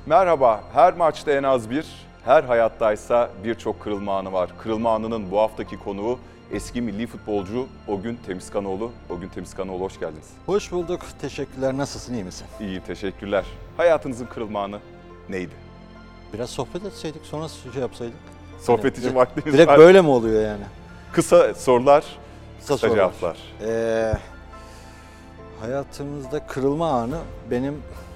Merhaba, her maçta en az bir, her hayattaysa birçok kırılma anı var. Kırılma anının bu haftaki konuğu eski milli futbolcu Ogün Temizkanoğlu. Ogün Temizkanoğlu, hoş geldiniz. Hoş bulduk, teşekkürler. Nasılsın, iyi misin? İyi, teşekkürler. Hayatınızın kırılma anı neydi? Biraz sohbet etseydik, sonra şey yapsaydık. Sohbet için vaktiniz Direkt var. böyle mi oluyor yani? Kısa sorular, kısa sorular. cevaplar. Hayatımızda kırılma anı benim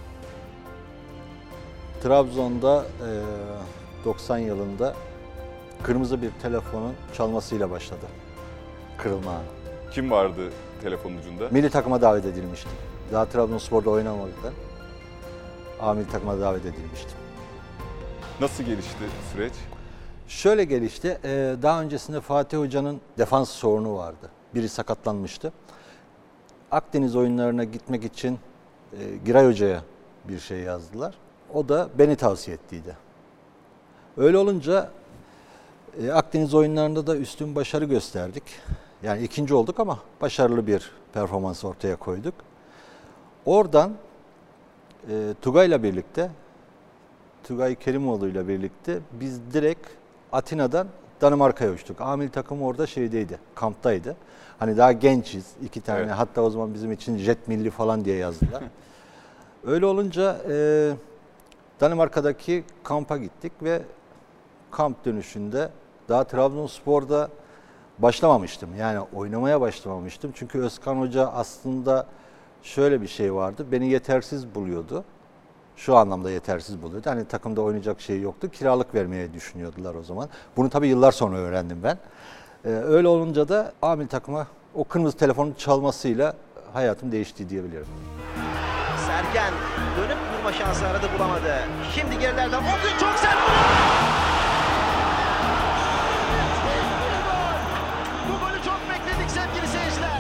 Trabzon'da 90 yılında kırmızı bir telefonun çalmasıyla başladı. Kırılma anı. Kim vardı telefonun ucunda? Milli takıma davet edilmiştim. Daha Trabzonspor'da oynamadıktan milli takıma davet edilmiştim. Nasıl gelişti süreç? Şöyle gelişti, daha öncesinde Fatih Hoca'nın defans sorunu vardı. Biri sakatlanmıştı. Akdeniz oyunlarına gitmek için Giray Hoca'ya bir şey yazdılar. O da beni tavsiye ettiydi. Öyle olunca Akdeniz oyunlarında da üstün başarı gösterdik. Yani ikinci olduk ama başarılı bir performans ortaya koyduk. Oradan Tugay'la birlikte, Tugay Kerimoğlu'yla birlikte biz direkt Atina'dan Danimarka'ya uçtuk. Milli takım orada şeydeydi, kamptaydı. Hani daha gençiz, iki tane. Evet. Hatta o zaman bizim için jet milli falan diye yazdılar. Öyle olunca Danimarka'daki kampa gittik ve kamp dönüşünde daha Trabzonspor'da başlamamıştım. Yani oynamaya başlamamıştım. Çünkü Özkan Hoca aslında şöyle bir şey vardı. Beni yetersiz buluyordu. Şu anlamda yetersiz buluyordu. Hani takımda oynayacak şey yoktu. Kiralık vermeye düşünüyordular o zaman. Bunu tabii yıllar sonra öğrendim ben. Öyle olunca da milli takıma o kırmızı telefonun çalmasıyla hayatım değişti diyebilirim. Sergen dönüp vurma şansı aradı, bulamadı. Şimdi gerilerden Ogün çok sert. Bu golü çok bekledik sevgili seyirciler.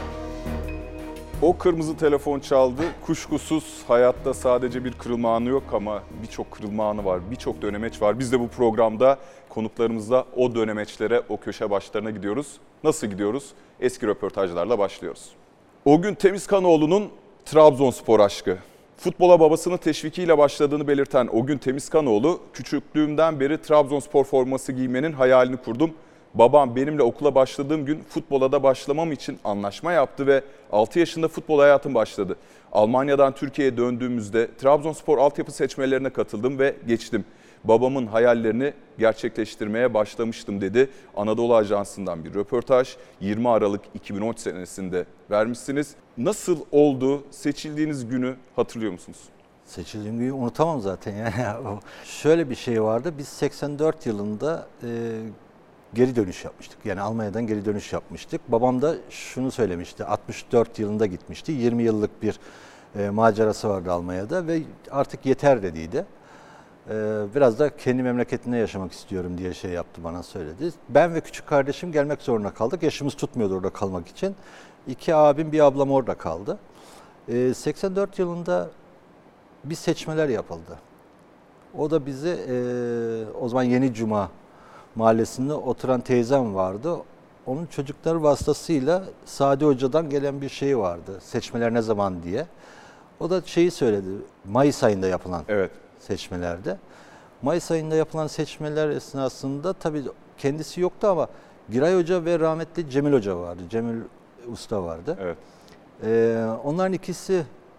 O kırmızı telefon çaldı. Kuşkusuz hayatta sadece bir kırılma anı yok ama birçok kırılma anı var, birçok dönemeç var. Biz de bu programda konuklarımızla o dönemeçlere, o köşe başlarına gidiyoruz. Nasıl gidiyoruz? Eski röportajlarla başlıyoruz. Ogün Temizkanoğlu'nun Trabzonspor aşkı. Futbola babasının teşvikiyle başladığını belirten Ogün Temizkanoğlu, küçüklüğümden beri Trabzonspor forması giymenin hayalini kurdum. Babam benimle okula başladığım gün futbola da başlamam için anlaşma yaptı ve 6 yaşında futbol hayatım başladı. Almanya'dan Türkiye'ye döndüğümüzde Trabzonspor altyapı seçmelerine katıldım ve geçtim. Babamın hayallerini gerçekleştirmeye başlamıştım dedi. Anadolu Ajansı'ndan bir röportaj 20 Aralık 2013 senesinde vermişsiniz. Nasıl oldu? Seçildiğiniz günü hatırlıyor musunuz? Seçildiğim günü unutamam zaten. Yani şöyle bir şey vardı. Biz 84 yılında geri dönüş yapmıştık. Yani Almanya'dan geri dönüş yapmıştık. Babam da şunu söylemişti. 64 yılında gitmişti. 20 yıllık bir macerası vardı Almanya'da ve artık yeter dediydi. Biraz da kendi memleketinde yaşamak istiyorum diye şey yaptı, bana söyledi. Ben ve küçük kardeşim gelmek zorunda kaldık. Yaşımız tutmuyordu orada kalmak için. 2 abim, bir ablam orada kaldı. 84 yılında bir seçmeler yapıldı. O da bizi o zaman Yeni Cuma mahallesinde oturan teyzem vardı. Onun çocukları vasıtasıyla Sadi Hoca'dan gelen bir şey vardı. Seçmeler ne zaman diye. O da şeyi söyledi. Mayıs ayında yapılan seçmelerde. Mayıs ayında yapılan seçmeler esnasında tabii kendisi yoktu ama Giray Hoca ve rahmetli Cemil Hoca vardı. Cemil Usta vardı. Evet. Onların ikisi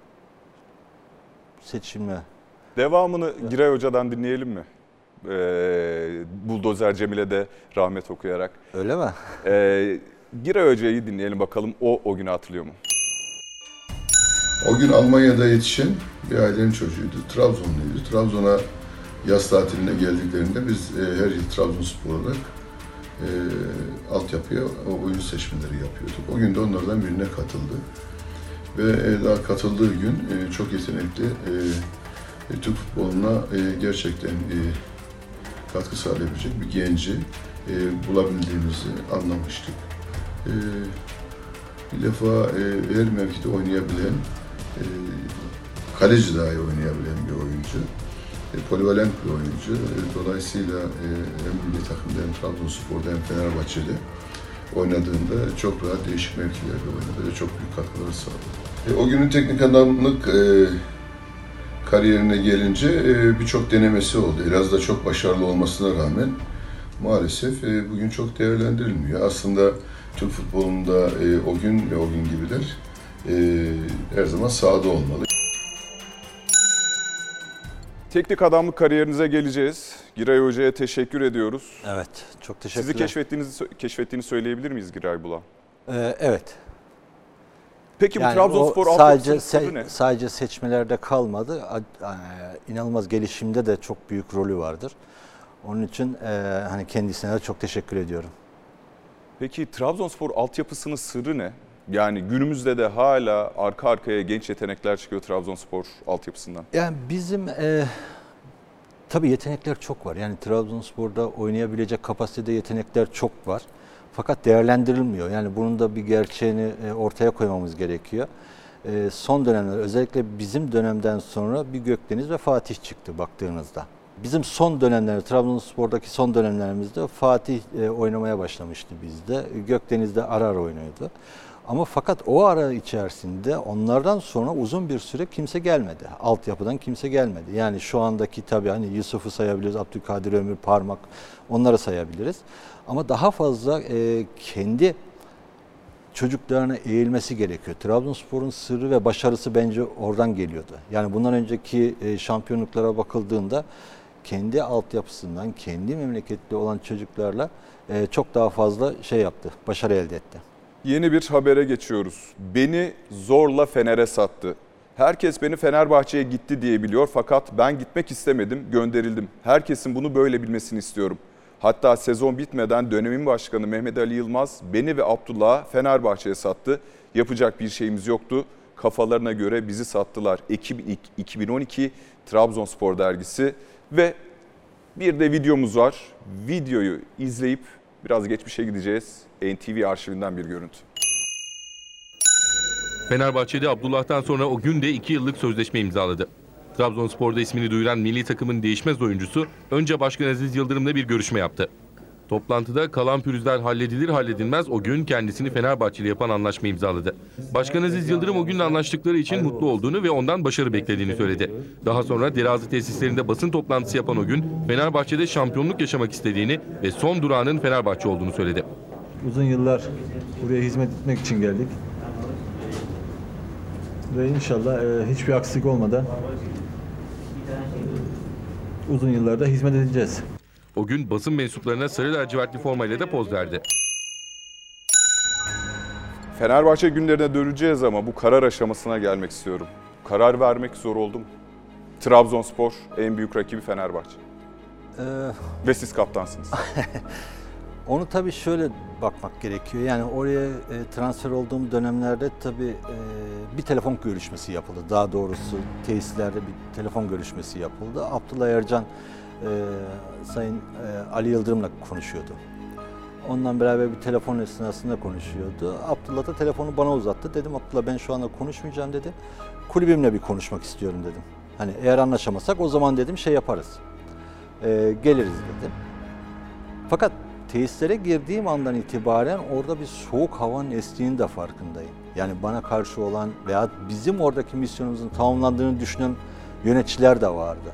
seçilme. Devamını Giray Hoca'dan dinleyelim mi? Buldozer Cemil'e de rahmet okuyarak. Öyle mi? Giray Hoca'yı dinleyelim bakalım, o günü hatırlıyor mu? O gün Almanya'da yetişen bir ailenin çocuğuydu. Trabzonluydu. Trabzon'a yaz tatiline geldiklerinde biz her yıl Trabzonspor olarak altyapıya oyun seçmeleri yapıyorduk. O gün de onlardan birine katıldı. Ve daha katıldığı gün çok yetenekli Türk futboluna gerçekten katkı sağlayabilecek bir genci bulabildiğimizi anlamıştık. Bir defa her mevkide oynayabilen, kaleci dahi oynayabilen bir oyuncu. Polivalent bir oyuncu. Dolayısıyla hem milli takımda hem Trabzonspor'da hem Fenerbahçe'de oynadığında çok rahat değişik mevkilerde oynadı ve çok büyük katkıları sağladı. O günün teknik adamlık kariyerine gelince birçok denemesi oldu. Elazığ'da çok başarılı olmasına rağmen maalesef bugün çok değerlendirilmiyor. Aslında Türk futbolunda o gün ve o gün gibiler her zaman sahada olmalı. Teknik adamlık kariyerinize geleceğiz. Giray Hoca'ya teşekkür ediyoruz. Evet, çok teşekkürler. Sizi keşfettiğini söyleyebilir miyiz Giray Bulan? Evet. Peki Yani bu Trabzonspor sadece altyapısının sırrı ne? sadece seçmelerde kalmadı. İnanılmaz gelişimde de çok büyük rolü vardır. Onun için hani kendisine de çok teşekkür ediyorum. Peki Trabzonspor altyapısının sırrı ne? Yani günümüzde de hala arka arkaya genç yetenekler çıkıyor Trabzonspor altyapısından. Yani bizim tabii yetenekler çok var. Yani Trabzonspor'da oynayabilecek kapasitede yetenekler çok var. Fakat değerlendirilmiyor. Yani bunun da bir gerçeğini ortaya koymamız gerekiyor. Son dönemler, özellikle bizim dönemden sonra bir Gökdeniz ve Fatih çıktı baktığınızda. Bizim son dönemler, Trabzonspor'daki son dönemlerimizde Fatih oynamaya başlamıştı bizde. Gökdeniz de ara ara oynuyordu. Ama fakat o ara içerisinde onlardan sonra uzun bir süre kimse gelmedi. Altyapıdan kimse gelmedi. Yani şu andaki tabii hani Yusuf'u sayabiliriz, Abdülkadir Ömür, Parmak, onları sayabiliriz. Ama daha fazla kendi çocuklarına eğilmesi gerekiyor. Trabzonspor'un sırrı ve başarısı bence oradan geliyordu. Yani bundan önceki şampiyonluklara bakıldığında kendi altyapısından, kendi memleketli olan çocuklarla çok daha fazla şey yaptı, başarı elde etti. Yeni bir habere geçiyoruz. Beni zorla Fener'e sattı. Herkes beni Fenerbahçe'ye gitti diye biliyor fakat ben gitmek istemedim, gönderildim. Herkesin bunu böyle bilmesini istiyorum. Hatta sezon bitmeden dönemin başkanı Mehmet Ali Yılmaz beni ve Abdullah'ı Fenerbahçe'ye sattı. Yapacak bir şeyimiz yoktu. Kafalarına göre bizi sattılar. 2012 Trabzonspor dergisi ve bir de videomuz var. Videoyu izleyip biraz geçmişe gideceğiz. NTV arşivinden bir görüntü. Fenerbahçe'de Abdullah'tan sonra o gün de 2 yıllık sözleşme imzaladı. Trabzonspor'da ismini duyuran milli takımın değişmez oyuncusu önce Başkan Aziz Yıldırım'la bir görüşme yaptı. Toplantıda kalan pürüzler halledilir halledilmez o gün kendisini Fenerbahçeli yapan anlaşma imzaladı. Başkan Aziz Yıldırım o gün anlaştıkları için mutlu olduğunu ve ondan başarı beklediğini söyledi. Daha sonra Derazi tesislerinde basın toplantısı yapan o gün Fenerbahçe'de şampiyonluk yaşamak istediğini ve son durağının Fenerbahçe olduğunu söyledi. Uzun yıllar buraya hizmet etmek için geldik. Ve inşallah hiçbir aksilik olmadan uzun yıllarda hizmet edeceğiz. O gün basın mensuplarına sarı lacivertli formayla da poz verdi. Fenerbahçe günlerine döneceğiz ama bu karar aşamasına gelmek istiyorum. Karar vermek zor oldu mu? Trabzonspor en büyük rakibi Fenerbahçe. Ve siz kaptansınız. Onu tabii şöyle bakmak gerekiyor. Yani oraya transfer olduğum dönemlerde tabii bir telefon görüşmesi yapıldı. Daha doğrusu tesislerde bir telefon görüşmesi yapıldı. Abdullah Ercan Sayın Ali Yıldırım'la konuşuyordu. Ondan beraber bir telefon esnasında konuşuyordu. Abdullah da telefonu bana uzattı. Dedim Abdullah ben şu anda konuşmayacağım dedi. Kulübümle bir konuşmak istiyorum dedim. Hani eğer anlaşamazsak o zaman dedim şey yaparız. Geliriz dedim. Fakat tesislere girdiğim andan itibaren orada bir soğuk havanın estiğinin de farkındayım. Yani bana karşı olan veya bizim oradaki misyonumuzun tamamlandığını düşünen yöneticiler de vardı.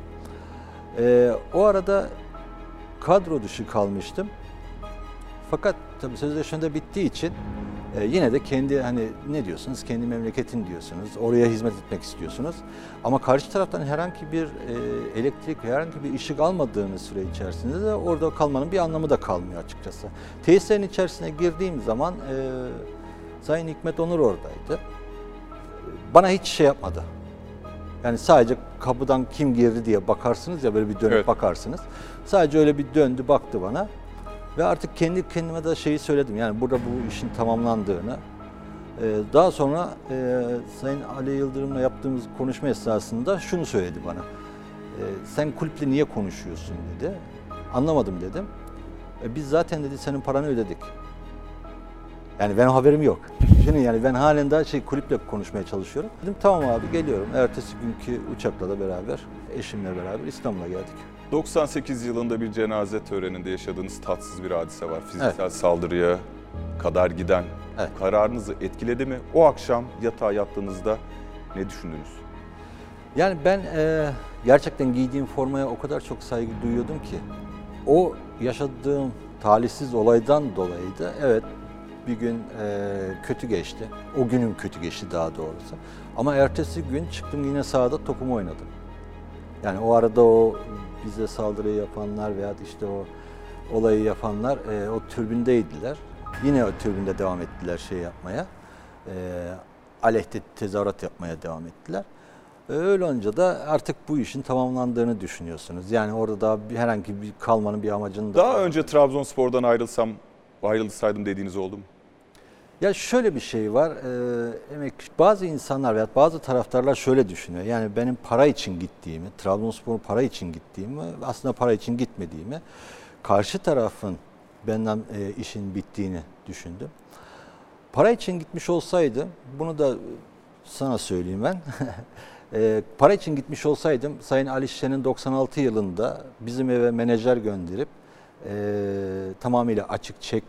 O arada kadro dışı kalmıştım. Fakat tabii sözleşme bittiği için yine de kendi hani ne diyorsunuz kendi memleketin diyorsunuz. Oraya hizmet etmek istiyorsunuz. Ama karşı taraftan herhangi bir elektrik, herhangi bir ışık almadığınız süre içerisinde de orada kalmanın bir anlamı da kalmıyor açıkçası. Tesislerin içerisine girdiğim zaman Sayın Hikmet Onur oradaydı. Bana hiç şey yapmadı. Yani sadece kapıdan kim girdi diye bakarsınız ya böyle bir dönüp bakarsınız. Sadece öyle bir döndü baktı bana. Ve artık kendi kendime de şeyi söyledim. Yani burada bu işin tamamlandığını. Daha sonra Sayın Ali Yıldırım'la yaptığımız konuşma esnasında şunu söyledi bana. Sen kulüple niye konuşuyorsun dedi. Anlamadım dedim. Biz zaten dedi senin paranı ödedik. Yani benim haberim yok. Şimdi yani ben halen daha kulüple konuşmaya çalışıyorum. Dedim tamam abi geliyorum. Ertesi günkü uçakla da beraber eşimle beraber İstanbul'a geldik. 98 yılında bir cenaze töreninde yaşadığınız tatsız bir hadise var. Fiziksel saldırıya kadar giden. Kararınızı etkiledi mi? O akşam yatağa yattığınızda ne düşündünüz? Yani ben gerçekten giydiğim formaya o kadar çok saygı duyuyordum ki o yaşadığım talihsiz olaydan dolayı da evet bir gün kötü geçti. O günüm kötü geçti daha doğrusu. Ama ertesi gün çıktım yine sahada topumu oynadım. Yani o arada o bize saldırıyı yapanlar veya işte o olayı yapanlar o tribündeydiler. Yine o tribünde devam ettiler şey yapmaya. Aleyhte tezahürat yapmaya devam ettiler. Öyle olunca da artık bu işin tamamlandığını düşünüyorsunuz. Yani orada daha herhangi bir kalmanın bir amacını da... Daha önce Trabzonspor'dan ayrılsaydım dediğiniz oldu mu? Ya şöyle bir şey var, bazı insanlar veya bazı taraftarlar şöyle düşünüyor. Yani benim para için gittiğimi, Trabzonspor'un para için gittiğimi, aslında para için gitmediğimi, karşı tarafın benden işin bittiğini düşündüm. Para için gitmiş olsaydım, bunu da sana söyleyeyim ben. Para için gitmiş olsaydım, Sayın Ali Şen'in 96 yılında bizim eve menajer gönderip tamamıyla açık çek,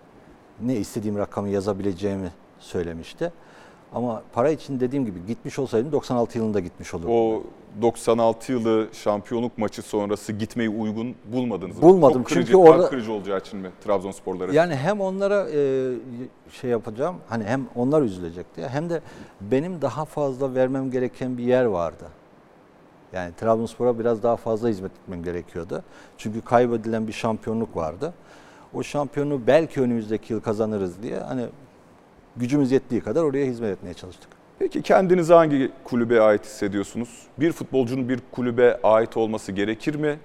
ne istediğim rakamı yazabileceğimi söylemişti. Ama para için dediğim gibi gitmiş olsaydım 96 yılında gitmiş olurdum. O 96 yılı şampiyonluk maçı sonrası gitmeyi uygun bulmadınız mı? Bulmadım Çok kırıcı, çünkü orada kırıcı olacağı için mi Trabzonsporlara? yani hem onlara şey yapacağım, hani hem onlar üzülecekti hem de benim daha fazla vermem gereken bir yer vardı. Yani Trabzonspor'a biraz daha fazla hizmet etmem gerekiyordu. Çünkü kaybedilen bir şampiyonluk vardı. O şampiyonu belki önümüzdeki yıl kazanırız diye hani gücümüz yettiği kadar oraya hizmet etmeye çalıştık. Peki kendinizi hangi kulübe ait hissediyorsunuz? Bir futbolcunun bir kulübe ait olması gerekir mi?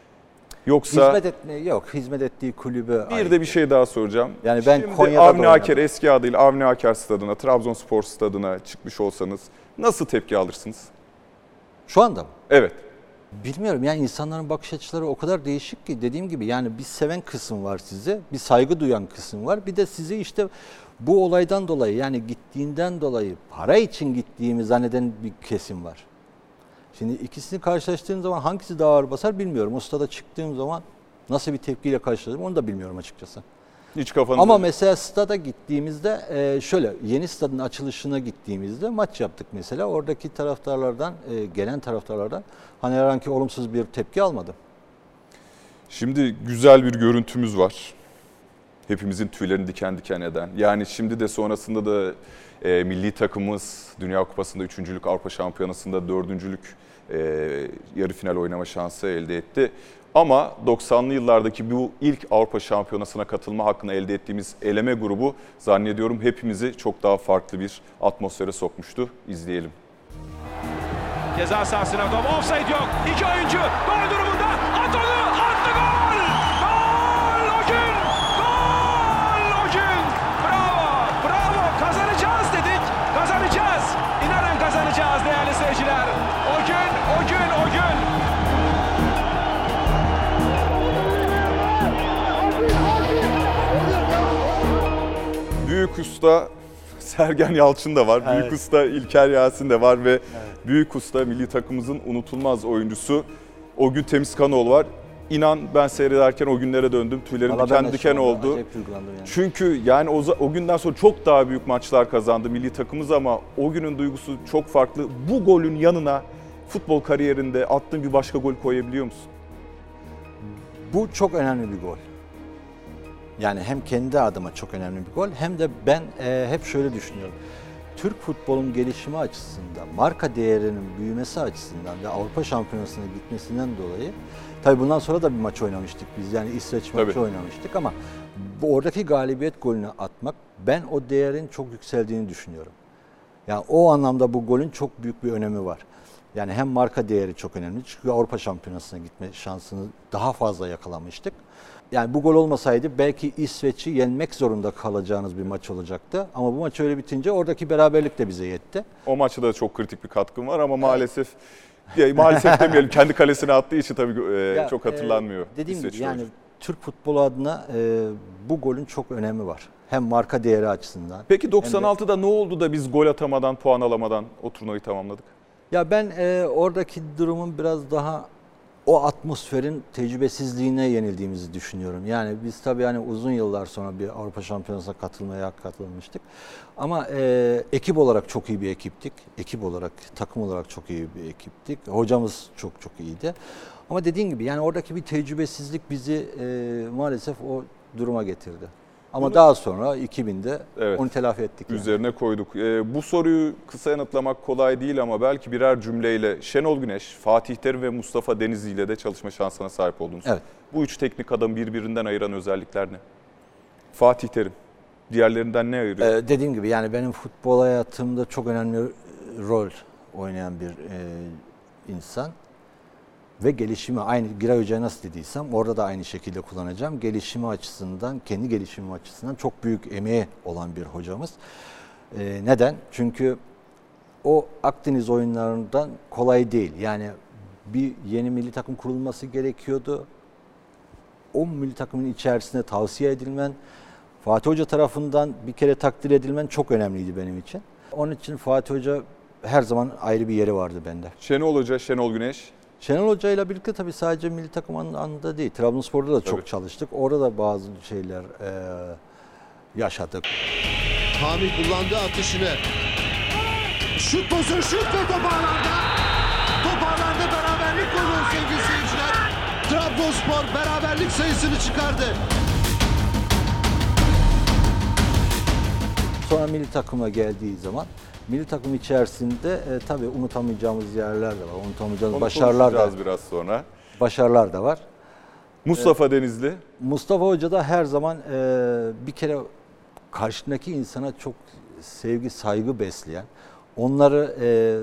Yoksa hizmet ettiği kulübe bir de bir şey daha soracağım. Yani ben Şimdi Konya'da Avni Aker, oynadım. eski adıyla Avni Aker stadına, Trabzonspor stadına çıkmış olsanız nasıl tepki alırsınız? Şu anda mı? Evet. Bilmiyorum yani insanların bakış açıları o kadar değişik ki dediğim gibi yani bir seven kısım var size, bir saygı duyan kısım var. Bir de sizi işte bu olaydan dolayı yani gittiğinden dolayı para için gittiğimi zanneden bir kesim var. Şimdi ikisini karşılaştığım zaman hangisi daha ağır basar bilmiyorum. O stada çıktığım zaman nasıl bir tepkiyle karşılaşırım onu da bilmiyorum açıkçası. Hiç kafanızda... Ama mesela stada gittiğimizde şöyle yeni stadın açılışına gittiğimizde maç yaptık mesela. Oradaki taraftarlardan, gelen taraftarlardan hani herhangi olumsuz bir tepki almadım. Şimdi güzel bir görüntümüz var. Hepimizin tüylerini diken diken eden. Yani şimdi de sonrasında da milli takımımız Dünya Kupası'nda 3.lük, Avrupa Şampiyonası'nda 4.lük yarı final oynama şansı elde etti. Ama 90'lı yıllardaki bu ilk Avrupa Şampiyonası'na katılma hakkını elde ettiğimiz eleme grubu zannediyorum hepimizi çok daha farklı bir atmosfere sokmuştu. İzleyelim. Ceza sahasına top, offside yok. İki oyuncu gol durumunda. At onu, attı gol! Gol o gün! Gol o gün! Bravo, bravo! Kazanacağız dedik, kazanacağız. İnanın kazanacağız değerli seyirciler. O gün, o gün, o gün! Büyük usta Sergen Yalçın da var, Evet. büyük usta İlker Yasin de var ve büyük usta milli takımımızın unutulmaz oyuncusu Ogün Temizkanoğlu var. İnan ben seyrederken o günlere döndüm, tüylerim Valla ben diken de şu diken anda oldu. acayip duygulandım yani. Çünkü yani o günden sonra çok daha büyük maçlar kazandı milli takımımız ama o günün duygusu çok farklı. Bu golün yanına futbol kariyerinde attığın bir başka gol koyabiliyor musun? Bu çok önemli bir gol. Yani hem kendi adıma çok önemli bir gol hem de ben hep şöyle düşünüyorum. Türk futbolun gelişimi açısından, marka değerinin büyümesi açısından ve Avrupa Şampiyonası'na gitmesinden dolayı tabii bundan sonra da bir maç oynamıştık biz. Yani İsveç maçı Tabii. oynamıştık ama oradaki galibiyet golünü atmak ben o değerin çok yükseldiğini düşünüyorum. Yani o anlamda bu golün çok büyük bir önemi var. Yani hem marka değeri çok önemli çünkü Avrupa Şampiyonası'na gitme şansını daha fazla yakalamıştık. Yani bu gol olmasaydı belki İsveç'i yenmek zorunda kalacağınız bir maç olacaktı. Ama bu maç öyle bitince oradaki beraberlik de bize yetti. O maçta da çok kritik bir katkın var ama maalesef maalesef demeyelim kendi kalesine attığı için tabii çok hatırlanmıyor. Dediğim gibi İsveç yani oyuncu. Türk futbolu adına bu golün çok önemi var. Hem marka değeri açısından. Peki 96'da ne oldu da biz gol atamadan, puan alamadan o turnuvayı tamamladık? Ya ben oradaki durumun biraz daha o atmosferin tecrübesizliğine yenildiğimizi düşünüyorum. Yani biz tabii hani uzun yıllar sonra bir Avrupa Şampiyonası'na katılmıştık. Ama ekip olarak çok iyi bir ekiptik. Ekip olarak, takım olarak çok iyi bir ekiptik. Hocamız çok iyiydi. Ama dediğin gibi yani oradaki bir tecrübesizlik bizi maalesef o duruma getirdi. Ama daha sonra 2000'de onu telafi ettik. Üzerine koyduk. Bu soruyu kısa yanıtlamak kolay değil ama belki birer cümleyle Şenol Güneş, Fatih Terim ve Mustafa Denizli ile de çalışma şansına sahip oldunuz. Evet. Bu üç teknik adamı birbirinden ayıran özellikler ne? Fatih Terim, diğerlerinden ne ayırıyor? Dediğim gibi yani benim futbol hayatımda çok önemli rol oynayan bir insan. Ve gelişimi aynı Giray Hoca'ya nasıl dediysem orada da aynı şekilde kullanacağım. Gelişimi açısından, kendi gelişimi açısından çok büyük emeği olan bir hocamız. Neden? Çünkü o Akdeniz oyunlarından kolay değil. Yani bir yeni milli takım kurulması gerekiyordu. O milli takımın içerisinde tavsiye edilmen, Fatih Hoca tarafından bir kere takdir edilmen çok önemliydi benim için. Onun için Fatih Hoca her zaman ayrı bir yeri vardı bende. Şenol Hoca, Şenol Güneş. Şenol Hoca ile birlikte tabii sadece milli takım anında değil, Trabzonspor'da da çok çalıştık. Orada da bazı şeyler yaşadık. Hami kullandı atışını. Şut pozisyonu, şut ve toparlandı. Toparlandı, beraberlik golü sevgili seyirciler. Trabzonspor beraberlik sayısını çıkardı. Sonra milli takıma geldiği zaman milli takım içerisinde tabii unutamayacağımız yerler de var. Unutamayacağımız başarılar da biraz sonra. Başarılar da var. Mustafa Denizli. Mustafa Hoca da her zaman bir kere karşındaki insana çok sevgi, saygı besleyen, onları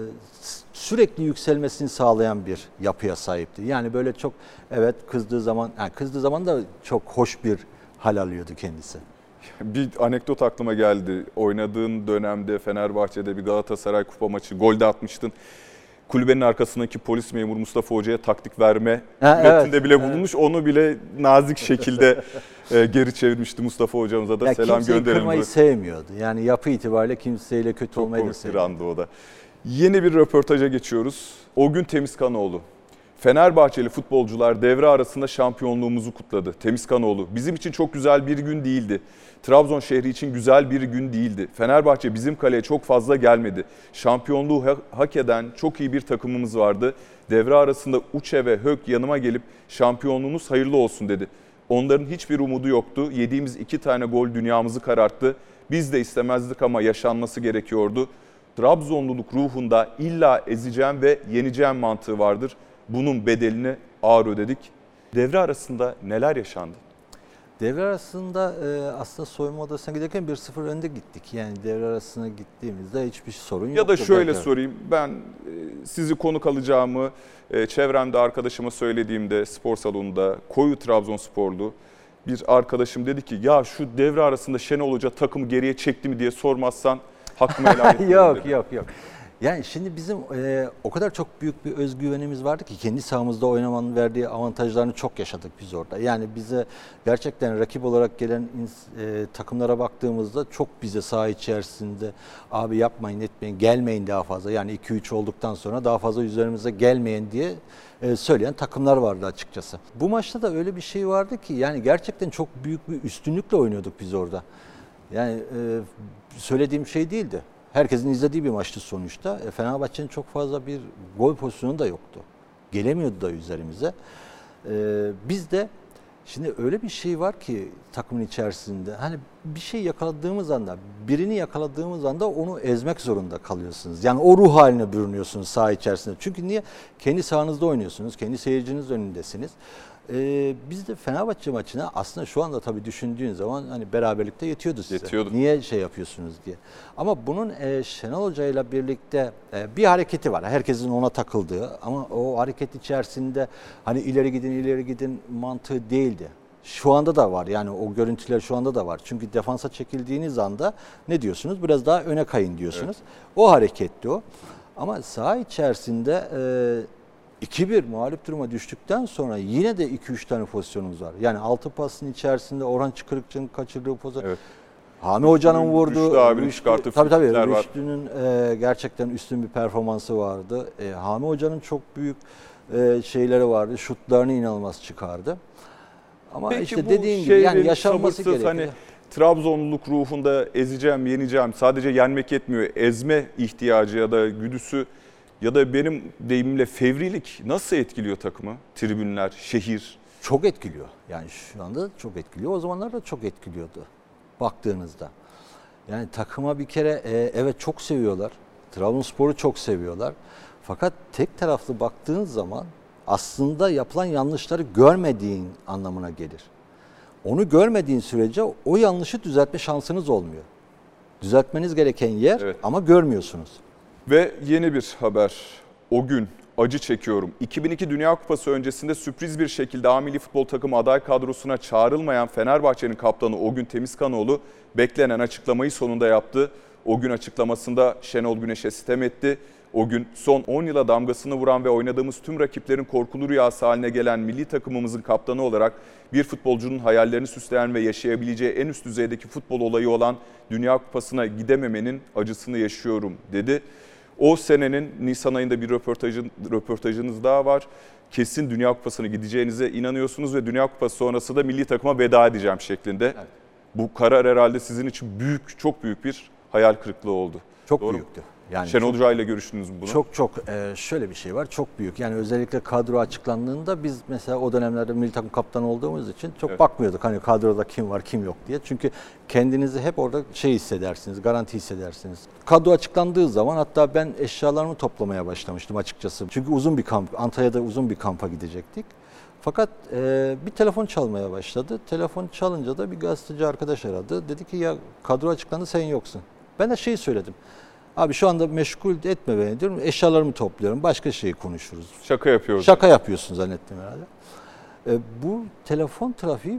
sürekli yükselmesini sağlayan bir yapıya sahipti. Yani böyle çok kızdığı zaman da çok hoş bir hal alıyordu kendisi. Bir anekdot aklıma geldi. Oynadığın dönemde Fenerbahçe'de bir Galatasaray kupa maçı golde atmıştın. Kulübenin arkasındaki polis memuru Mustafa Hoca'ya taktik verme metninde bile bulunmuş. Onu bile nazik şekilde geri çevirmişti Mustafa Hocamıza da selam gönderelim. Kimseyi kırmayı sevmiyordu. Yani yapı itibariyle kimseyle kötü olmayı da sevmiyordu. Çok komik bir andı o da. Yeni bir röportaja geçiyoruz. O gün Temizkanoğlu. Fenerbahçeli futbolcular devre arasında şampiyonluğumuzu kutladı. Temizkanoğlu, bizim için çok güzel bir gün değildi. Trabzon şehri için güzel bir gün değildi. Fenerbahçe bizim kaleye çok fazla gelmedi. Şampiyonluğu hak eden çok iyi bir takımımız vardı. Devre arasında Uçe ve Hök yanıma gelip şampiyonluğunuz hayırlı olsun dedi. Onların hiçbir umudu yoktu. Yediğimiz 2 tane gol dünyamızı kararttı. Biz de istemezdik ama yaşanması gerekiyordu. Trabzonluluk ruhunda illa ezeceğim ve yeneceğim mantığı vardır. Bunun bedelini ağır ödedik. Devre arasında neler yaşandı? Devre arasında aslında soyunma odasına giderken 1-0 önde gittik. Yani devre arasına gittiğimizde hiçbir sorun yoktu. Ya da şöyle sorayım. Ben sizi konuk alacağımı çevremde arkadaşıma söylediğimde spor salonunda koyu Trabzonsporlu bir arkadaşım dedi ki ya şu devre arasında Şenol Hoca takımı geriye çekti mi diye sormazsan hakkımı helal etmiyorum dedi. Yok. Yani şimdi bizim o kadar çok büyük bir özgüvenimiz vardı ki kendi sahamızda oynamanın verdiği avantajlarını çok yaşadık biz orada. Yani bize gerçekten rakip olarak gelen takımlara baktığımızda çok bize saha içerisinde abi yapmayın etmeyin gelmeyin daha fazla. Yani 2-3 olduktan sonra daha fazla üzerimize gelmeyin diye söyleyen takımlar vardı açıkçası. Bu maçta da öyle bir şey vardı ki yani gerçekten çok büyük bir üstünlükle oynuyorduk biz orada. Yani söylediğim şey değildi. Herkesin izlediği bir maçtı sonuçta. Fenerbahçe'nin çok fazla bir gol pozisyonu da yoktu. Gelemiyordu da üzerimize. Biz de şimdi öyle bir şey var ki takımın içerisinde. Hani bir şey yakaladığımız anda, birini yakaladığımız anda onu ezmek zorunda kalıyorsunuz. Yani o ruh haline bürünüyorsunuz saha içerisinde. Çünkü niye? Kendi sahanızda oynuyorsunuz, kendi seyirciniz önündesiniz. Biz de Fenerbahçe maçına aslında şu anda tabii düşündüğün zaman hani beraberlikte yetiyordu size. Yetiyordu. Niye şey yapıyorsunuz diye. Ama bunun Şenol Hoca ile birlikte bir hareketi var. Herkesin ona takıldığı ama o hareket içerisinde hani ileri gidin mantığı değildi. Şu anda da var yani o görüntüler şu anda da var. Çünkü defansa çekildiğiniz anda ne diyorsunuz? Biraz daha öne kayın diyorsunuz. Evet. O hareketti o. Ama saha içerisinde 2-1 mağlup duruma düştükten sonra yine de 2-3 tane pozisyonumuz var. Yani 6 pasın içerisinde Orhan Çıkırıkçı'nın kaçırdığı pozisyon. Evet. Hami Hoca'nın vurduğu. Rüştü abinin çıkarttığı frikikler var. Rüştü'nün gerçekten üstün bir performansı vardı. Hami Hoca'nın çok büyük şeyleri vardı. Şutlarını inanılmaz çıkardı. Ama Peki işte bu dediğin gibi yani şeyleri yaşanması sabırsız, gerekiyor. hani Trabzonluluk ruhunda ezeceğim, yeneceğim, sadece yenmek yetmiyor. Ezme ihtiyacı ya da güdüsü ya da benim deyimimle fevrilik nasıl etkiliyor takımı? Tribünler, şehir. Çok etkiliyor. Yani şu anda çok etkiliyor. O zamanlar da çok etkiliyordu baktığınızda. Yani takıma bir kere evet çok seviyorlar. Trabzonspor'u çok seviyorlar. Fakat tek taraflı baktığın zaman aslında yapılan yanlışları görmediğin anlamına gelir. Onu görmediğin sürece o yanlışı düzeltme şansınız olmuyor. Düzeltmeniz gereken yer Evet. ama görmüyorsunuz. Ve yeni bir haber. O gün acı çekiyorum. 2002 Dünya Kupası öncesinde sürpriz bir şekilde A milli futbol takımı aday kadrosuna çağrılmayan Fenerbahçe'nin kaptanı Ogün Temizkanoğlu beklenen açıklamayı sonunda yaptı. O gün açıklamasında Şenol Güneş'e sitem etti. O gün son 10 yıla damgasını vuran ve oynadığımız tüm rakiplerin korkulu rüyası haline gelen milli takımımızın kaptanı olarak bir futbolcunun hayallerini süsleyen ve yaşayabileceği en üst düzeydeki futbol olayı olan Dünya Kupası'na gidememenin acısını yaşıyorum dedi. O senenin Nisan ayında bir röportajınız daha var. Kesin Dünya Kupası'na gideceğinize inanıyorsunuz ve Dünya Kupası sonrası da milli takıma veda edeceğim şeklinde. Evet. Bu karar herhalde sizin için büyük, çok büyük bir hayal kırıklığı oldu. Çok Doğru büyüktü. Yani Şenol Hoca ile görüştünüz mü bunu? Çok şöyle bir şey var, çok büyük. Yani özellikle kadro açıklandığında biz mesela o dönemlerde milli takım kaptanı olduğumuz için çok bakmıyorduk hani kadroda kim var kim yok diye. Çünkü kendinizi hep orada hissedersiniz, garanti hissedersiniz. Kadro açıklandığı zaman hatta ben eşyalarımı toplamaya başlamıştım açıkçası. Çünkü uzun bir kamp, Antalya'da uzun bir kampa gidecektik. Fakat bir telefon çalmaya başladı. Telefon çalınca da bir gazeteci arkadaş aradı. Dedi ki ya kadro açıklandı sen yoksun. Ben de söyledim. Abi şu anda meşgul etme beni diyorum. Eşyalarımı topluyorum. Başka şeyi konuşuruz. Şaka yapıyoruz. Şaka yapıyorsun zannettim herhalde. Bu telefon trafiği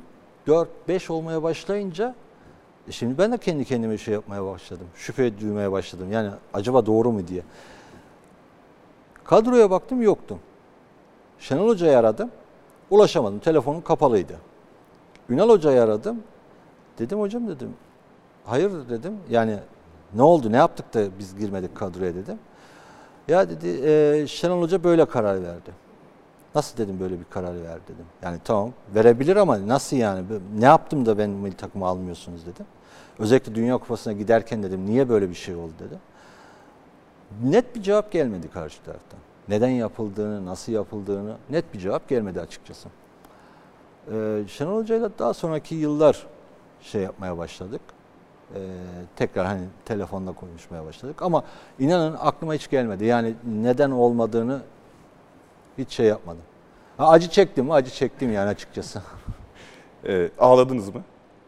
4-5 olmaya başlayınca şimdi ben de kendi kendime yapmaya başladım. Şüphe duymaya başladım. Yani acaba doğru mu diye. Kadroya baktım yoktum. Şenol Hoca'yı aradım. Ulaşamadım. Telefonum kapalıydı. Ünal Hoca'yı aradım. Dedim hocam dedim. Hayır dedim. Yani ne oldu, ne yaptık da biz girmedik kadroya dedim. Ya dedi Şenol Hoca böyle karar verdi. Nasıl dedim böyle bir karar verdi dedim. Yani tamam verebilir ama nasıl yani? Ne yaptım da ben milli takımı almıyorsunuz dedim. Özellikle Dünya Kupası'na giderken dedim niye böyle bir şey oldu dedim. Net bir cevap gelmedi karşı taraftan. Neden yapıldığını, nasıl yapıldığını net bir cevap gelmedi açıkçası. Şenol Hoca'yla daha sonraki yıllar yapmaya başladık. Tekrar hani telefonla konuşmaya başladık ama inanın aklıma hiç gelmedi. Yani neden olmadığını hiç yapmadım. Acı çektim yani açıkçası. Ağladınız mı?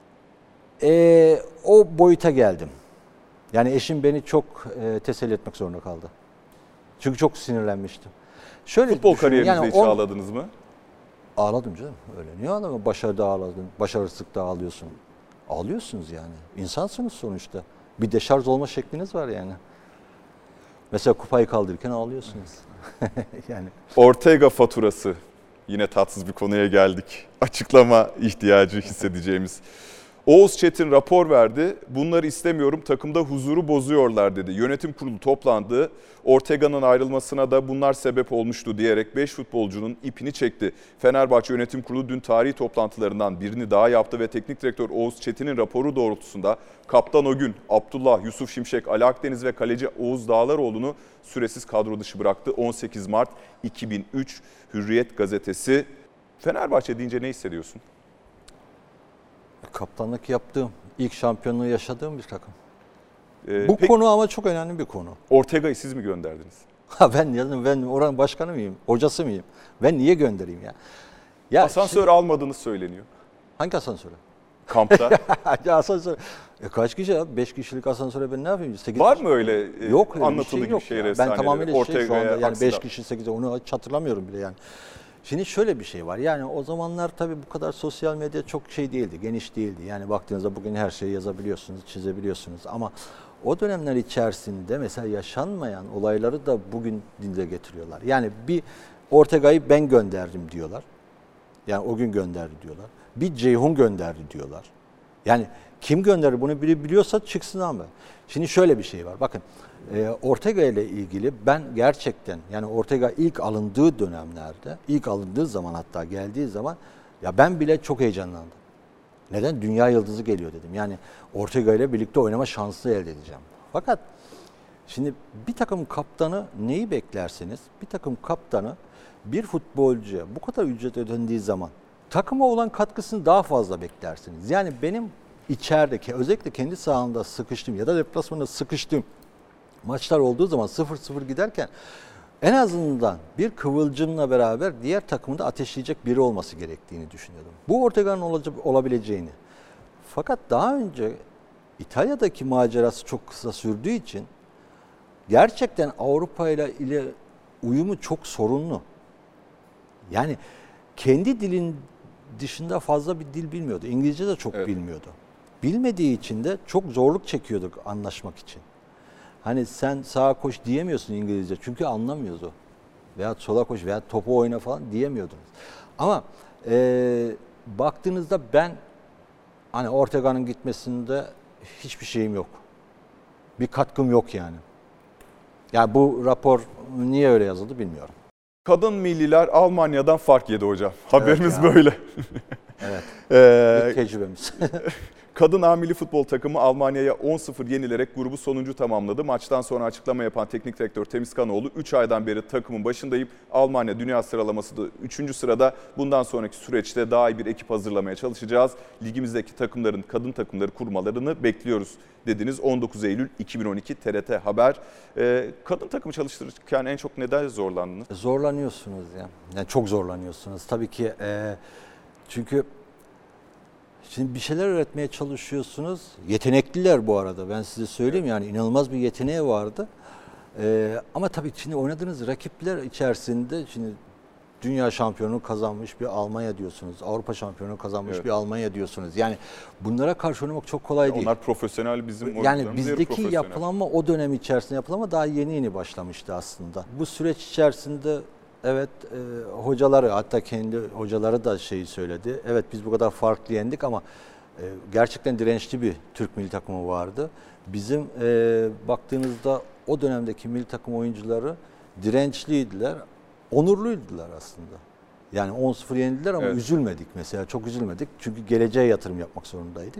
O boyuta geldim. Yani eşim beni çok teselli etmek zorunda kaldı. Çünkü çok sinirlenmiştim. Futbol kariyerinizde hiç ağladınız mı? Ağladım canım. Öyle niye ağlamadın? Başarıda ağladın, başarısızlıkta ağlıyorsun. Ağlıyorsunuz yani. İnsansınız sonuçta. Bir deşarj olma şekliniz var yani. Mesela kupayı kaldırırken ağlıyorsunuz. Yani. Ortega faturası. Yine tatsız bir konuya geldik. Açıklama ihtiyacı hissedeceğimiz. Oğuz Çetin rapor verdi. Bunları istemiyorum, takımda huzuru bozuyorlar dedi. Yönetim kurulu toplandı. Ortega'nın ayrılmasına da bunlar sebep olmuştu diyerek 5 futbolcunun ipini çekti. Fenerbahçe Yönetim Kurulu dün tarihi toplantılarından birini daha yaptı ve teknik direktör Oğuz Çetin'in raporu doğrultusunda kaptan o gün Abdullah, Yusuf Şimşek, Ali Akdeniz ve kaleci Oğuz Dağlaroğlu'nu süresiz kadro dışı bıraktı. 18 Mart 2003 Hürriyet gazetesi. Fenerbahçe deyince ne hissediyorsun? Kaptanlık yaptığım, ilk şampiyonluğu yaşadığım bir takım. Bu konu ama çok önemli bir konu. Ortega'yı siz mi gönderdiniz? Ben oranın başkanı mıyım, hocası mıyım? Ben niye göndereyim ya? Asansör almadığınız söyleniyor. Hangi asansöre? Kampta. Asansör. Kaç kişi abi? 5 kişilik asansöre ben ne yapayım? 8 var mı öyle yok, anlatılı gibi şeyler? Ben tamamıyla şu anda yani 5 aksıdan. kişi 8 onu hiç hatırlamıyorum bile yani. Şimdi şöyle bir şey var. Yani o zamanlar tabii bu kadar sosyal medya çok değildi, geniş değildi. Yani baktığınızda bugün her şeyi yazabiliyorsunuz, çizebiliyorsunuz. Ama o dönemler içerisinde mesela yaşanmayan olayları da bugün dile getiriyorlar. Yani bir Ortega'yı ben gönderdim diyorlar. Yani o gün gönderdi diyorlar. Bir Ceyhun gönderdi diyorlar. Yani Kim gönderir bunu biri biliyorsa çıksın ama. Şimdi şöyle bir şey var. Bakın Ortega ile ilgili ben gerçekten yani Ortega ilk alındığı dönemlerde, ilk alındığı zaman hatta geldiği zaman ya ben bile çok heyecanlandım. Neden? Dünya yıldızı geliyor dedim. Yani Ortega ile birlikte oynama şansı elde edeceğim. Fakat şimdi bir takım kaptanı neyi beklersiniz? Bir takım kaptanı bir futbolcuya bu kadar ücret ödendiği zaman takıma olan katkısını daha fazla beklersiniz. Yani benim içerideki özellikle kendi sahamda sıkıştım ya da deplasmanda sıkıştım maçlar olduğu zaman 0-0 giderken en azından bir kıvılcımla beraber diğer takımda ateşleyecek biri olması gerektiğini düşünüyordum. Bu Ortega'nın olabileceğini. Fakat daha önce İtalya'daki macerası çok kısa sürdüğü için gerçekten Avrupa ile uyumu çok sorunlu. Yani kendi dilin dışında fazla bir dil bilmiyordu. İngilizce de çok bilmiyordu. Bilmediği için de çok zorluk çekiyorduk anlaşmak için. Hani sen sağa koş diyemiyorsun İngilizce çünkü anlamıyoruz o. Veya sola koş veya topu oyna falan diyemiyordunuz. Ama baktığınızda ben hani Ortega'nın gitmesinde hiçbir şeyim yok. Bir katkım yok yani. Ya bu rapor niye öyle yazıldı bilmiyorum. Kadın milliler Almanya'dan fark yedi hocam. Haberimiz böyle. Evet. Bir tecrübemiz. Kadın A milli futbol takımı Almanya'ya 10-0 yenilerek grubu sonuncu tamamladı. Maçtan sonra açıklama yapan teknik direktör Temizkanoğlu 3 aydan beri takımın başındayım. Almanya dünya sıralaması da 3. sırada. Bundan sonraki süreçte daha iyi bir ekip hazırlamaya çalışacağız. Ligimizdeki takımların, kadın takımları kurmalarını bekliyoruz dediniz. 19 Eylül 2012 TRT Haber. Kadın takımı çalıştırırken en çok neden zorlandınız? Zorlanıyorsunuz ya. Yani çok zorlanıyorsunuz. Tabii ki çünkü şimdi bir şeyler öğretmeye çalışıyorsunuz. Yetenekliler bu arada. Ben size söyleyeyim yani inanılmaz bir yeteneği vardı. Ama tabii şimdi oynadığınız rakipler içerisinde şimdi dünya şampiyonu kazanmış bir Almanya diyorsunuz. Avrupa şampiyonu kazanmış bir Almanya diyorsunuz. Yani bunlara karşı oynamak çok kolay değil. Onlar profesyonel bizim yani bizdeki yapılanma o dönem içerisinde yapılanma daha yeni başlamıştı aslında. Bu süreç içerisinde evet hocaları hatta kendi hocaları da şeyi söyledi. Evet biz bu kadar farklı yendik ama gerçekten dirençli bir Türk milli takımı vardı. Bizim baktığınızda o dönemdeki milli takım oyuncuları dirençliydiler, onurluydular aslında. Yani 10-0 yenildiler ama üzülmedik mesela çok üzülmedik. Çünkü geleceğe yatırım yapmak zorundaydık.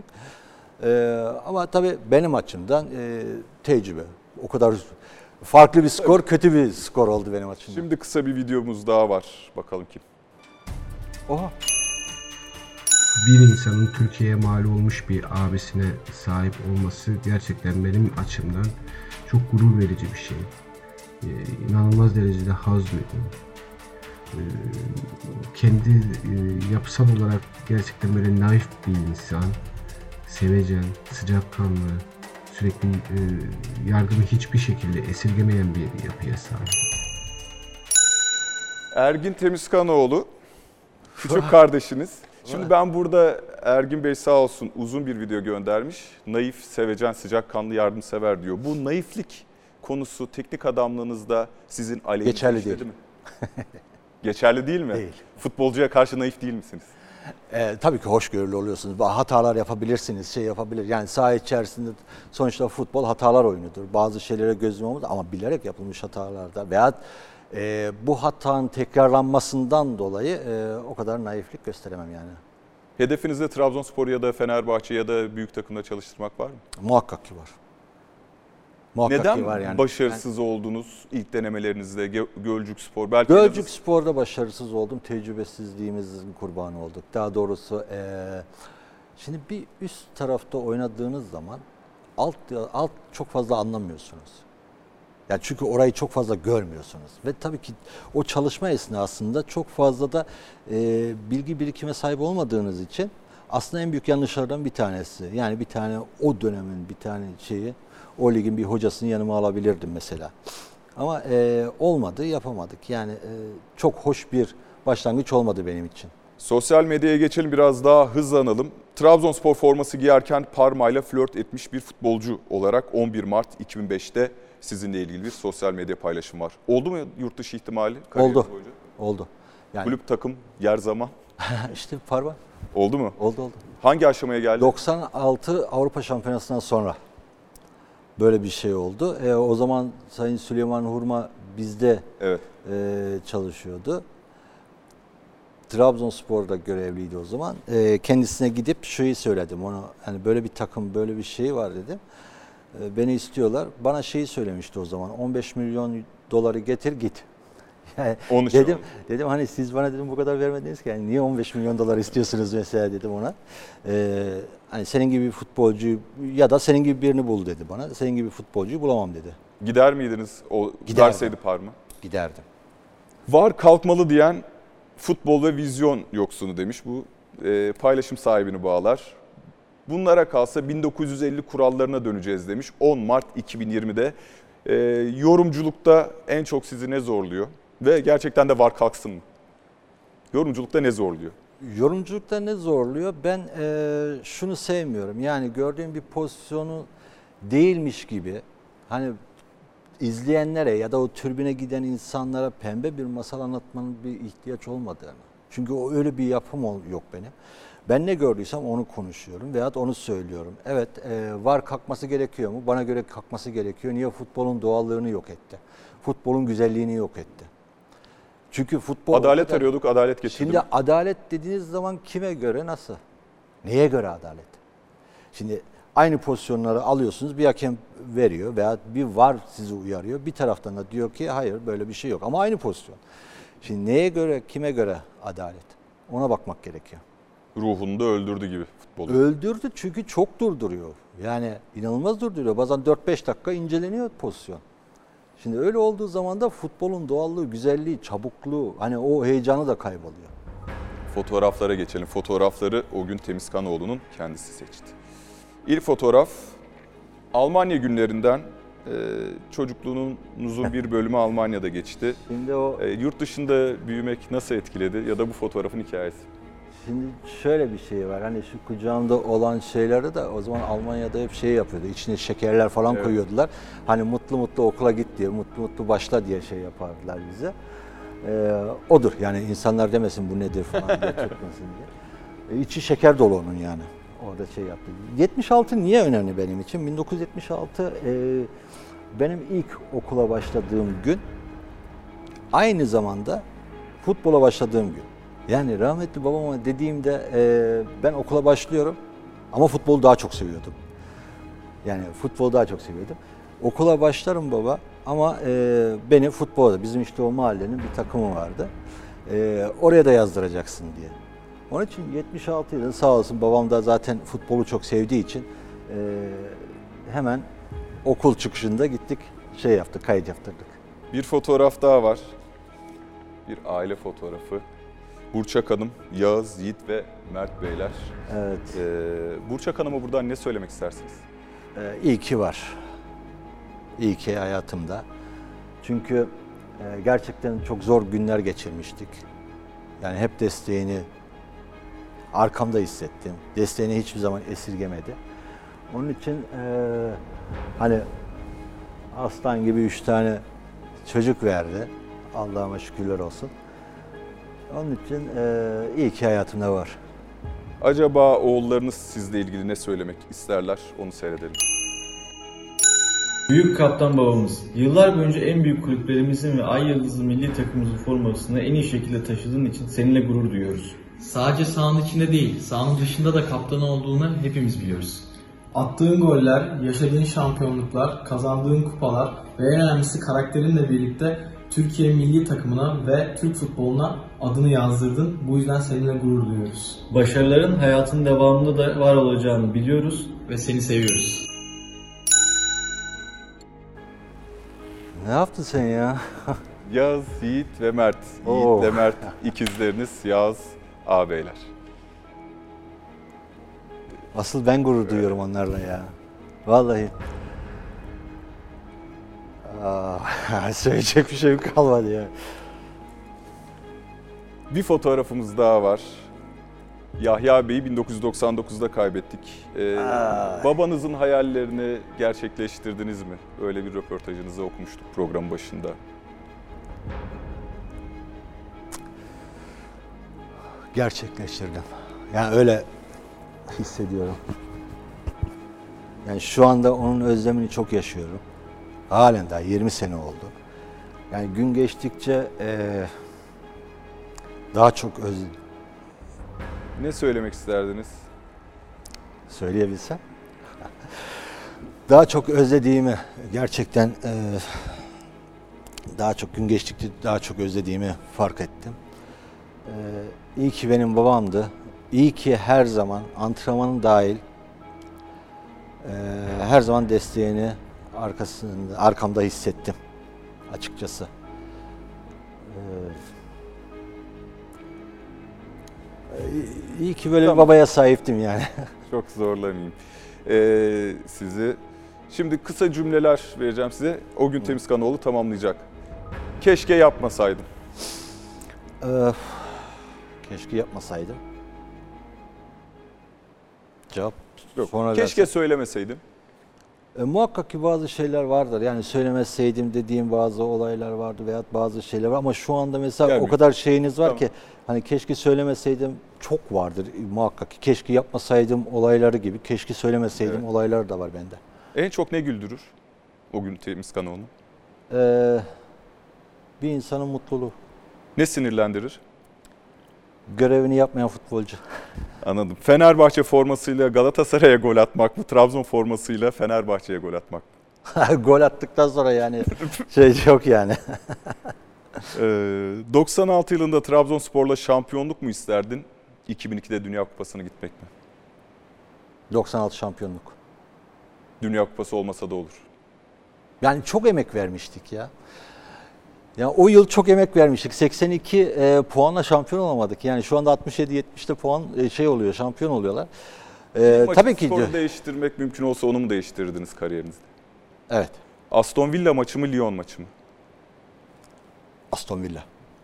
Ama tabii benim açımdan tecrübe o kadar farklı bir skor, kötü bir skor oldu benim açımdan. Şimdi kısa bir videomuz daha var. Bakalım kim? Oha. Bir insanın Türkiye'ye mal olmuş bir abisine sahip olması gerçekten benim açımdan çok gurur verici bir şey. İnanılmaz derecede haz duydum. Kendi yapısal olarak gerçekten böyle naif bir insan, sevecen, sıcakkanlı, sürekli yardımı hiçbir şekilde esirgemeyen bir yapıya sahip. Ergin Temizkanoğlu, küçük kardeşiniz. Şimdi ben burada Ergin Bey sağ olsun uzun bir video göndermiş. Naif, sevecen, sıcakkanlı, yardımsever diyor. Bu naiflik konusu teknik adamlığınızda sizin aleyhinize geçerli işledi değil mi? Geçerli değil mi? Değil. Futbolcuya karşı naif değil misiniz? Tabii ki hoşgörülü oluyorsunuz. Hatalar yapabilirsiniz, şey yapabilir. Yani saha içerisinde sonuçta futbol hatalar oyunudur. Bazı şeylere göz yumamız ama bilerek yapılmış hatalarda veya bu hatanın tekrarlanmasından dolayı o kadar naiflik gösteremem yani. Hedefinizde Trabzonspor ya da Fenerbahçe ya da büyük takımda çalıştırmak var mı? Muhakkak ki var. Muhakkak neden ki var yani. başarısız oldunuz ilk denemelerinizde Gölcükspor? Belki Gölcükspor'da başarısız oldum. Tecrübesizliğimizin kurbanı olduk. Daha doğrusu şimdi bir üst tarafta oynadığınız zaman alt çok fazla anlamıyorsunuz. Yani çünkü orayı çok fazla görmüyorsunuz. Ve tabii ki o çalışma esnasında çok fazla da bilgi birikime sahip olmadığınız için aslında en büyük yanlışlardan bir tanesi. Yani bir tane o dönemin bir tane şeyi, o ligin bir hocasını yanıma alabilirdim mesela. Ama olmadı, yapamadık. Yani çok hoş bir başlangıç olmadı benim için. Sosyal medyaya geçelim, biraz daha hızlanalım. Trabzonspor forması giyerken parmayla flört etmiş bir futbolcu olarak 11 Mart 2005'te sizinle ilgili bir sosyal medya paylaşım var. Oldu mu yurt dışı ihtimali? Oldu. Oldu. Yani, kulüp, takım, yer, zaman? İşte parva. Oldu mu? Oldu. Hangi aşamaya geldi? 96 Avrupa Şampiyonası'ndan sonra böyle bir şey oldu. O zaman Sayın Süleyman Hurma bizde Evet. Çalışıyordu. Trabzonspor'da görevliydi o zaman. Kendisine gidip şeyi söyledim ona, hani böyle bir takım, böyle bir şey var dedim. Beni istiyorlar. Bana şeyi söylemişti o zaman. 15 milyon doları getir git. Yani dedim hani siz bana dedim bu kadar vermediniz ki, yani niye 15 milyon dolar istiyorsunuz mesela dedim ona. Hani senin gibi bir futbolcu ya da senin gibi birini bul dedi bana. Senin gibi futbolcuyu bulamam dedi. Gider miydiniz? O giderseydi Parma. Giderdim. VAR kalkmalı diyen futbol ve vizyon yoksunu demiş. Bu paylaşım sahibini bağlar. Bunlara kalsa 1950 kurallarına döneceğiz demiş. 10 Mart 2020'de yorumculukta en çok sizi ne zorluyor? Ve gerçekten de VAR kalksın mı? Yorumculukta ne zorluyor? Yorumculukta ne zorluyor? Ben şunu sevmiyorum. Yani gördüğüm bir pozisyonu değilmiş gibi, hani izleyenlere ya da o tribüne giden insanlara pembe bir masal anlatmanın bir ihtiyaç olmadığını. Çünkü öyle bir yapım yok benim. Ben ne gördüysem onu konuşuyorum veyahut onu söylüyorum. Evet, VAR kalkması gerekiyor mu? Bana göre kalkması gerekiyor. Niye? Futbolun doğallığını yok etti. Futbolun güzelliğini yok etti. Çünkü futbol... Adalet arıyorduk, adalet getirdim. Şimdi adalet dediğiniz zaman kime göre, nasıl? Neye göre adalet? Şimdi aynı pozisyonları alıyorsunuz, bir hakem veriyor veya bir VAR sizi uyarıyor. Bir taraftan da diyor ki hayır böyle bir şey yok ama aynı pozisyon. Şimdi neye göre, kime göre adalet? Ona bakmak gerekiyor. Ruhunu da öldürdü gibi futbolu. Öldürdü çünkü çok durduruyor. Yani inanılmaz durduruyor. Bazen 4-5 dakika inceleniyor pozisyon. Şimdi öyle olduğu zaman da futbolun doğallığı, güzelliği, çabukluğu, hani o heyecanı da kayboluyor. Fotoğraflara geçelim. Fotoğrafları o gün Temizkanoğlu'nun kendisi seçti. İlk fotoğraf Almanya günlerinden. Çocukluğunuzun bir bölümü Almanya'da geçti. Şimdi o yurt dışında büyümek nasıl etkiledi ya da bu fotoğrafın hikayesi? Şimdi şöyle bir şey var, hani şu kucağımda olan şeyleri de o zaman Almanya'da hep şey yapıyordu, içine şekerler falan koyuyordular. Hani mutlu mutlu okula git diye, mutlu mutlu başla diye şey yapardılar bize. Odur yani, insanlar demesin bu nedir falan diye tutmasın diye. İçi şeker dolu onun yani, orada şey yaptı. 76 niye önemli benim için? 1976 benim ilk okula başladığım gün, aynı zamanda futbola başladığım gün. Yani rahmetli babama dediğimde ben okula başlıyorum ama futbolu daha çok seviyordum. Yani futbolu daha çok seviyordum. Okula başlarım baba ama beni futbolda, bizim işte o mahallenin bir takımı vardı. Oraya da yazdıracaksın diye. Onun için 76 yılında sağ olsun babam da zaten futbolu çok sevdiği için hemen okul çıkışında gittik, şey yaptık, kayıt yaptırdık. Bir fotoğraf daha var. Bir aile fotoğrafı. Burçak Hanım, Yağız, Yiğit ve Mert Beyler. Evet. Burçak Hanım'a buradan ne söylemek istersiniz? İyi ki var. İyi ki hayatımda. Çünkü gerçekten çok zor günler geçirmiştik. Yani hep desteğini arkamda hissettim. Desteğini hiçbir zaman esirgemedi. Onun için hani aslan gibi 3 tane çocuk verdi. Allah'ıma şükürler olsun. Onun için iyi ki hayatımda var. Acaba oğullarınız sizle ilgili ne söylemek isterler? Onu seyredelim. Büyük kaptan babamız, yıllar boyunca en büyük kulüplerimizin ve Ay Yıldızlı milli takımımızın formasını en iyi şekilde taşıdığın için seninle gurur duyuyoruz. Sadece sahanın içinde değil, sahanın dışında da kaptan olduğunu hepimiz biliyoruz. Attığın goller, yaşadığın şampiyonluklar, kazandığın kupalar ve en önemlisi karakterinle birlikte Türkiye milli takımına ve Türk futboluna adını yazdırdın. Bu yüzden seninle gurur duyuyoruz. Başarıların hayatın devamında da var olacağını biliyoruz ve seni seviyoruz. Ne yaptın sen ya? Yağız, Yiğit ve Mert. Yiğit ve Mert ikizleriniz, Yağız ağabeyler. Asıl ben gurur duyuyorum onlarla ya. Vallahi. Söyleyecek bir şey kalmadı ya. Bir fotoğrafımız daha var. Yahya Bey'i 1999'da kaybettik. Babanızın hayallerini gerçekleştirdiniz mi? Öyle bir röportajınızı okumuştuk program başında. gerçekleştirdim. Yani öyle hissediyorum. Yani şu anda onun özlemini çok yaşıyorum. Halen daha 20 sene oldu. Yani gün geçtikçe daha çok Ne söylemek isterdiniz? söyleyebilsem. Daha çok özlediğimi gerçekten daha çok gün geçtikçe daha çok özlediğimi fark ettim. İyi ki benim babamdı. İyi ki her zaman antrenmanın dahil her zaman desteğini arkamda hissettim açıkçası. İyi ki böyle bir babaya sahiptim yani. Çok zorlamayayım sizi. Şimdi kısa cümleler vereceğim size. O gün Temizkanoğlu tamamlayacak. Keşke yapmasaydım. Keşke yapmasaydım. Cevap Yok. sonra Keşke versem. söylemeseydim. Muhakkak ki bazı şeyler vardır. Yani söylemeseydim dediğim bazı olaylar vardı veya bazı şeyler var. Ama şu anda mesela Yani, o kadar şeyiniz var tamam. ki hani keşke söylemeseydim çok vardır muhakkak ki. Keşke yapmasaydım olayları gibi. Keşke söylemeseydim olaylar da var bende. En çok ne güldürür o gün Temizkanoğlu'nu? Bir insanın mutluluğu. Ne sinirlendirir? Görevini yapmayan futbolcu. Anladım. Fenerbahçe formasıyla Galatasaray'a gol atmak mı? Trabzon formasıyla Fenerbahçe'ye gol atmak mı? Gol attıktan sonra yani şey yok yani. 96 yılında Trabzonspor'la şampiyonluk mu isterdin? 2002'de Dünya Kupası'na gitmek mi? 96 şampiyonluk. Dünya Kupası olmasa da olur. Yani çok emek vermiştik ya. Ya o yıl çok emek vermiştik. 82 puanla şampiyon olamadık. Yani şu anda 67-70'te puan oluyor, şampiyon oluyorlar. Tabii ki. Skoru değiştirmek mümkün olsa onu mu değiştirirdiniz kariyerinizde? Evet. Aston Villa maçı mı, Lyon maçı mı? Aston Villa.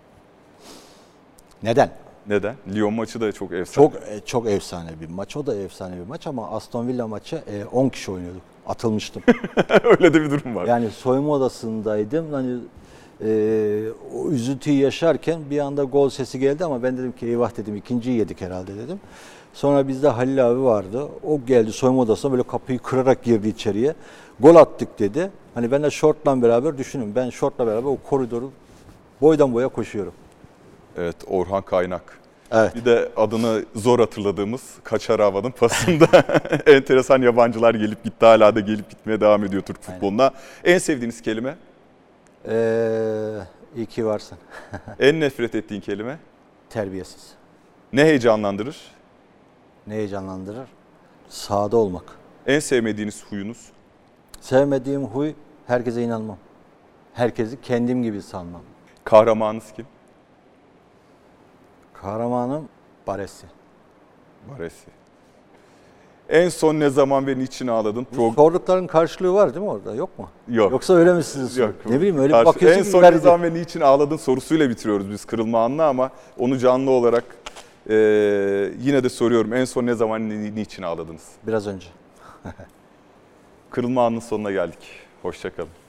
Neden? Neden? Lyon maçı da çok efsane. Çok efsane bir maç. O da efsane bir maç ama Aston Villa maçı 10 kişi oynuyorduk. Atılmıştım. Öyle de bir durum var. Yani soyunma odasındaydım. Hani o üzüntüyü yaşarken bir anda gol sesi geldi ama ben dedim ki eyvah dedim, ikinciyi yedik herhalde dedim. Sonra bizde Halil abi vardı. O geldi soyunma odasına böyle kapıyı kırarak girdi içeriye. Gol attık dedi. Hani ben de şortla beraber düşünün. Ben şortla beraber o koridoru boydan boya koşuyorum. Evet, Orhan Kaynak. Evet. Bir de adını zor hatırladığımız Kaçar Hava'nın pasında enteresan yabancılar gelip gitti. Hala da gelip gitmeye devam ediyor Türk futboluna. En sevdiğiniz kelime? İyi ki varsın. En nefret ettiğin kelime? Terbiyesiz. Ne heyecanlandırır? Ne heyecanlandırır? Sahada olmak. En sevmediğiniz huyunuz? Sevmediğim huy, herkese inanmam. Herkesi kendim gibi sanmam. Kahramanınız kim? Kahramanım Baresi. Baresi. En son ne zaman ve niçin ağladın? Sordukların karşılığı var değil mi orada? Yok mu? Yok. Yoksa öyle misiniz? Yok. Ne bileyim öyle bir bakıyorsun. En son ne zaman ve niçin ağladın sorusuyla bitiriyoruz biz kırılma anını ama onu canlı olarak yine de soruyorum. En son ne zaman niçin ağladınız? Biraz önce. Kırılma anının sonuna geldik. Hoşça kalın.